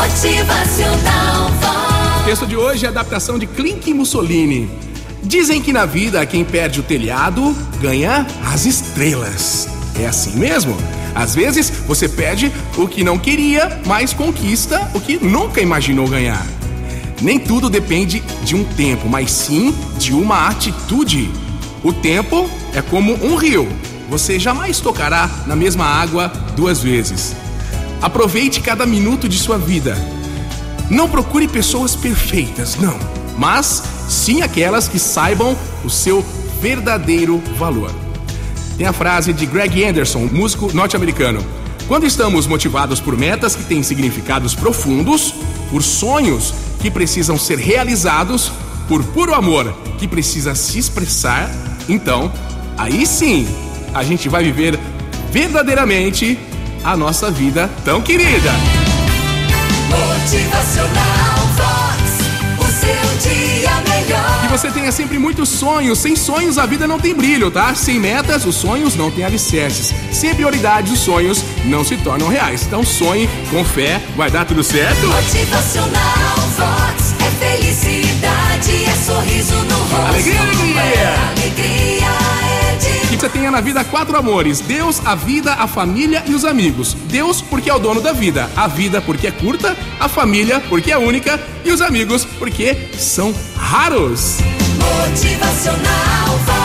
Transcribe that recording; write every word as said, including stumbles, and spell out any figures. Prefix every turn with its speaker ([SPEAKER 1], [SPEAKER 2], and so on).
[SPEAKER 1] Motivacional Vox.
[SPEAKER 2] O texto de hoje é a adaptação de Clink Mussolini. Dizem que na vida quem perde o telhado ganha as estrelas. É assim mesmo? Às vezes você perde o que não queria, mas conquista o que nunca imaginou ganhar. Nem tudo depende de um tempo, mas sim de uma atitude. O tempo é como um rio. Você jamais tocará na mesma água duas vezes. Aproveite cada minuto de sua vida. Não procure pessoas perfeitas, não, mas sim aquelas que saibam o seu verdadeiro valor. Tem a frase de Greg Anderson, músico norte-americano: quando estamos motivados por metas que têm significados profundos, por sonhos que precisam ser realizados, por puro amor que precisa se expressar, então, aí sim, a gente vai viver verdadeiramente a nossa vida tão querida.
[SPEAKER 1] Motivacional Vox, o seu dia melhor.
[SPEAKER 2] Que você tenha sempre muitos sonhos. Sem sonhos a vida não tem brilho, tá? Sem metas os sonhos não têm alicerces. Sem prioridades os sonhos não se tornam reais. Então sonhe com fé, vai dar tudo certo.
[SPEAKER 1] Motivacional Vox é felicidade, é sorriso no rosto.
[SPEAKER 2] Alegria, alegria.
[SPEAKER 1] É alegria, é de...
[SPEAKER 2] Que você tenha na vida quatro amores: Deus, a vida, a família e os amigos. Deus porque é o dono da vida, a vida porque é curta, a família porque é única e os amigos porque são raros.
[SPEAKER 1] Motivacional Vox.